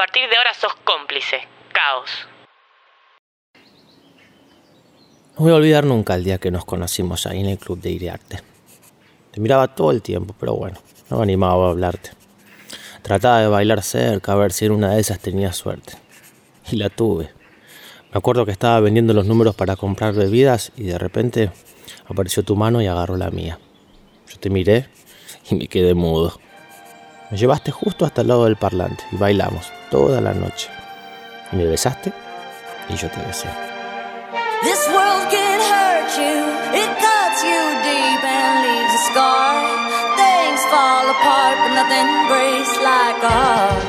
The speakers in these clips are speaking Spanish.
partir de ahora sos cómplice. Caos. No voy a olvidar nunca el día que nos conocimos ahí en el club de Iriarte. Te miraba todo el tiempo, pero bueno, no me animaba a hablarte. Trataba de bailar cerca a ver si en una de esas tenía suerte. Y la tuve. Me acuerdo que estaba vendiendo los números para comprar bebidas y de repente apareció tu mano y agarró la mía. Yo te miré y me quedé mudo. Me llevaste justo hasta el lado del parlante y bailamos toda la noche. Y me besaste y yo te besé. This world can hurt you, it cuts you deep and leaves a scar. Things fall apart, but nothing breaks like a heart.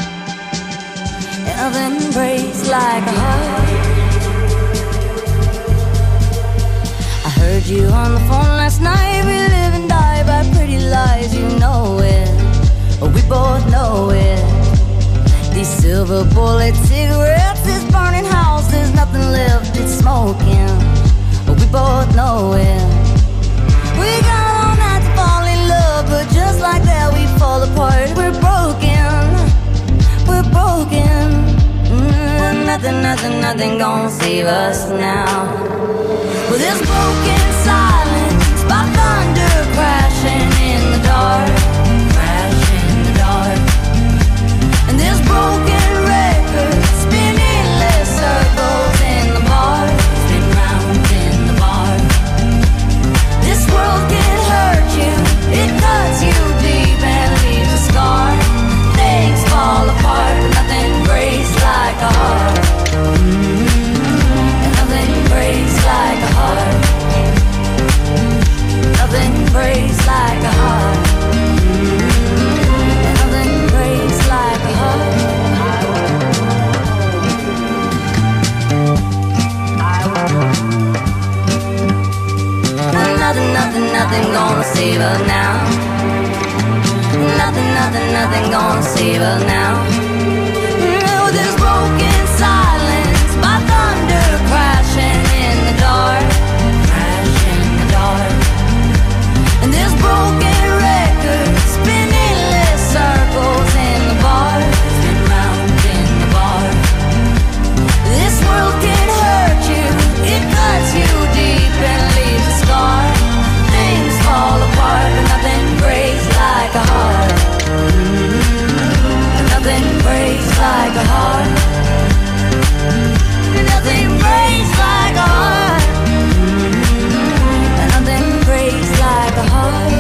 Nothing breaks like a heart. I heard you on the phone last night. We live and die by pretty lies, you know it. We both know it. These silver bullet cigarettes, this burning house, there's nothing left, it's smoking. We both know it. We got all night to fall in love, but just like that we fall apart. We're broken, we're broken. Nothing gonna save us now. Well, there's broken silence by thunder crashing in the dark. And there's broken records spinning less circles in the bar, spin round in the bar. This world can hurt you, it cuts you deep and leaves a scar. Things fall apart, but nothing breaks like a heart. And nothing breaks like a heart. Nothing breaks like a heart. Nothing gonna save her now. Nothing gonna save her now. No, there's broken silence by thunder crashing in the dark. Crash in the dark. And there's broken records spinning less circles in the bar. Spin round in the bar. This world can hurt you, it cuts you deep and leaves a scar. Things fall apart, but nothing breaks like a heart. Nothing breaks like a heart. Nothing breaks like a heart. Nothing breaks like a heart.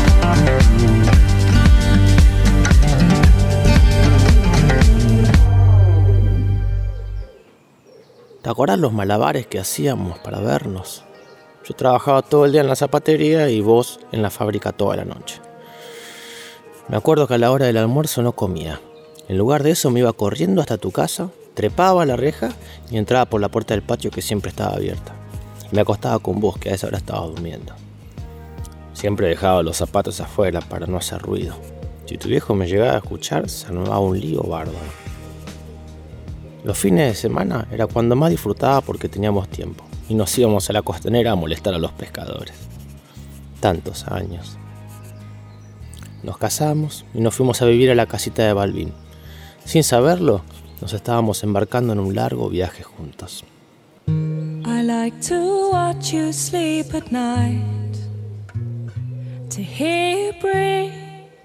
¿Te acordás los malabares que hacíamos para vernos? Yo trabajaba todo el día en la zapatería y vos en la fábrica toda la noche. Me acuerdo que a la hora del almuerzo no comía. En lugar de eso me iba corriendo hasta tu casa, trepaba a la reja y entraba por la puerta del patio que siempre estaba abierta. Y me acostaba con vos, que a esa hora estaba durmiendo. Siempre dejaba los zapatos afuera para no hacer ruido. Si tu viejo me llegaba a escuchar, se armaba un lío bárbaro. Los fines de semana era cuando más disfrutaba porque teníamos tiempo y nos íbamos a la costanera a molestar a los pescadores. Tantos años. Nos casamos y nos fuimos a vivir a la casita de Balbín. Sin saberlo, nos estábamos embarcando en un largo viaje juntos. I like to watch you sleep at night, to hear you breathe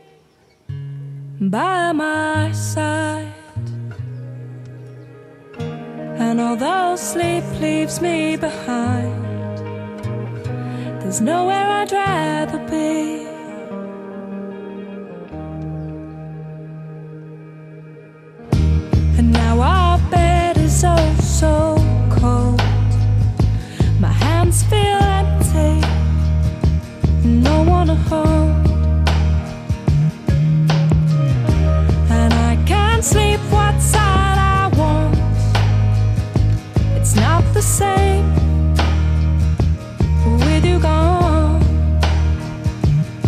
by my side. And although sleep leaves me behind, there's nowhere I'd rather be. And now our bed is oh so cold. My hands feel empty, no one to hold. And I can't sleep what side I want. It's not the same with you gone.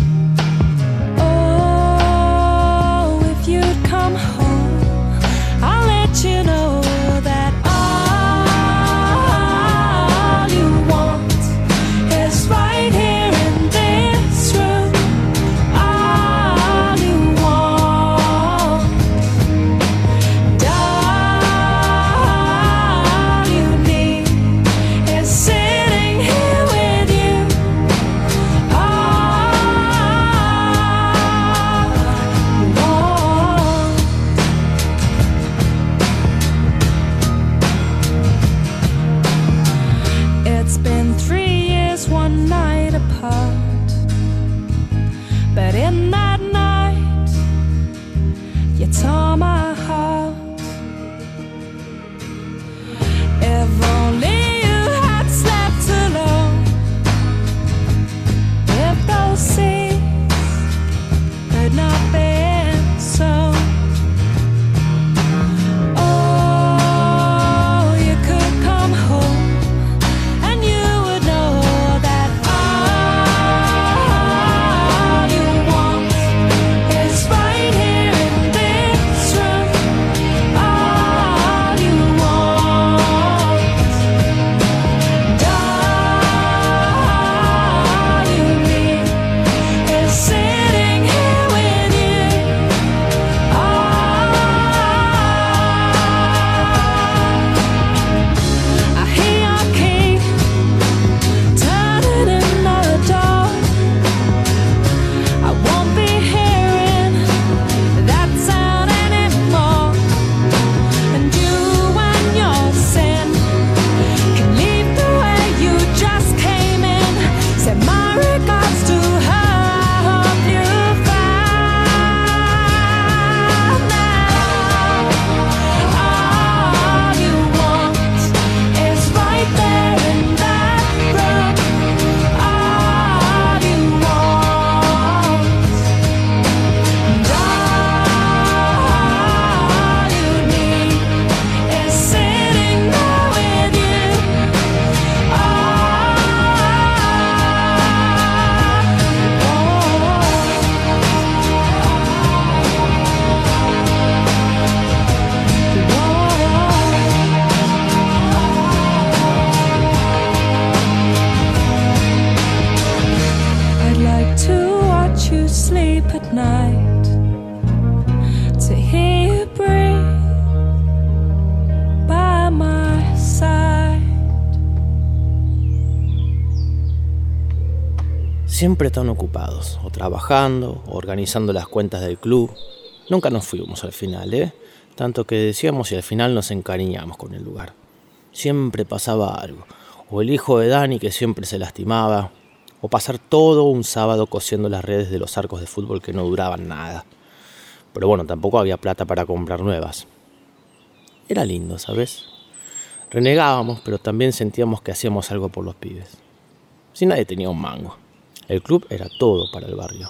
siempre tan ocupados, o trabajando, o organizando las cuentas del club. Nunca nos fuimos al final, tanto que decíamos y al final nos encariñamos con el lugar. Siempre pasaba algo, o el hijo de Dani que siempre se lastimaba, o pasar todo un sábado cosiendo las redes de los arcos de fútbol que no duraban nada. Pero bueno, tampoco había plata para comprar nuevas. Era lindo, ¿sabes? Renegábamos, pero también sentíamos que hacíamos algo por los pibes. Si nadie tenía un mango. El club era todo para el barrio.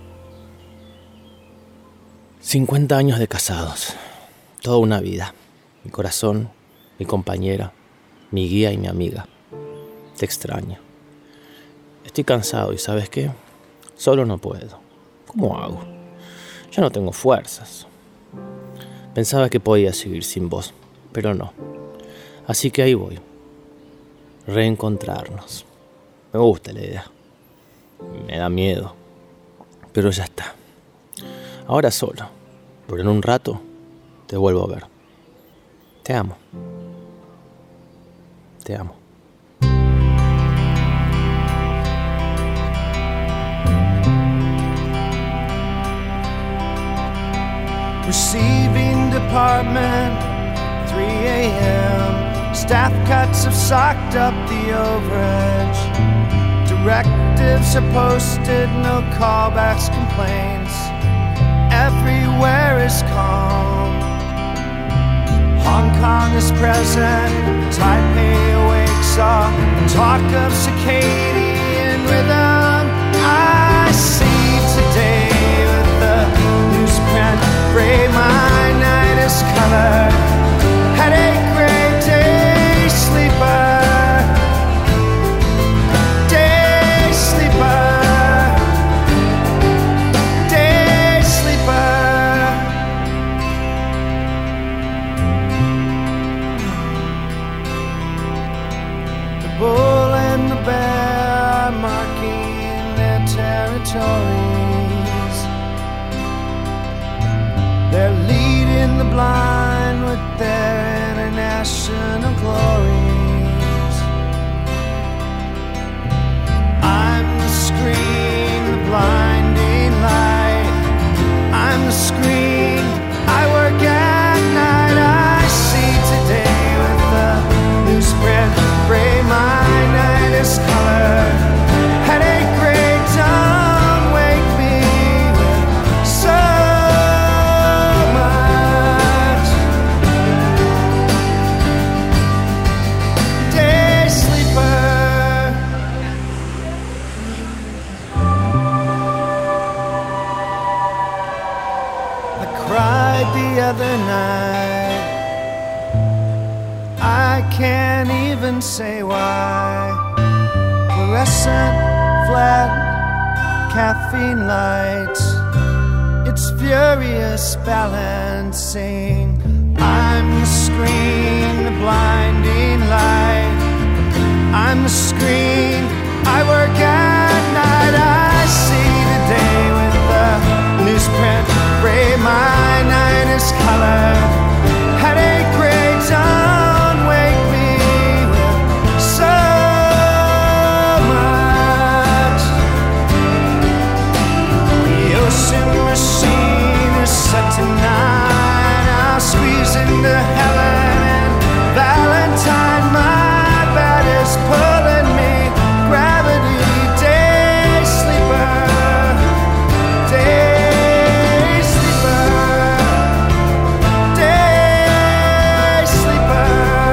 ...50 años de casados... ...toda una vida... mi corazón, mi compañera, mi guía y mi amiga. Te extraño. Estoy cansado y ¿sabes qué? Solo no puedo. ¿Cómo hago? Ya no tengo fuerzas. Pensaba que podía seguir sin vos, pero no. Así que ahí voy. Reencontrarnos. Me gusta la idea. Me da miedo. Pero ya está. Ahora solo. Pero en un rato te vuelvo a ver. Te amo. Te amo. Receiving department, 3 a.m. Staff cuts have socked up the overage. Directives are posted, no callbacks, complaints. Everywhere is calm. Hong Kong is present, Taipei awakes all talk of circadian rhythm. I see today with the newsprint gray, my night is colored. Headache gray, day sleeper. Day sleeper. Day sleeper. The bull and the bear are marking their territories. They're leading the blind with their international glories. I'm the screen, the blinding light. I'm the screen, I work at night. I see today with the newsprint gray, my night is colored. Headache gray, don't wake me with so much. Day sleeper. I cried the other night. I can't even say why. Fluorescent, flat, caffeine lights. It's furious balancing. I'm the screen, the blinding light. I'm the screen, I work at night. I see today with the newsprint gray, my night is colored. Headache gray, don't wake me with so much. The ocean machine is set tonight. I'll squeeze into Helen and Valentine. My bed is pulling me. Gravity, day sleeper. Day sleeper. Day sleeper.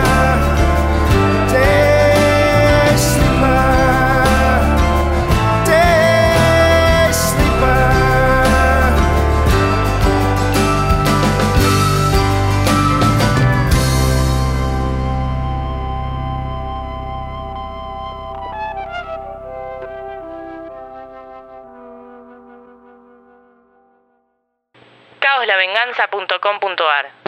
Day sleeper. Day sleeper. caoslavenganza.com.ar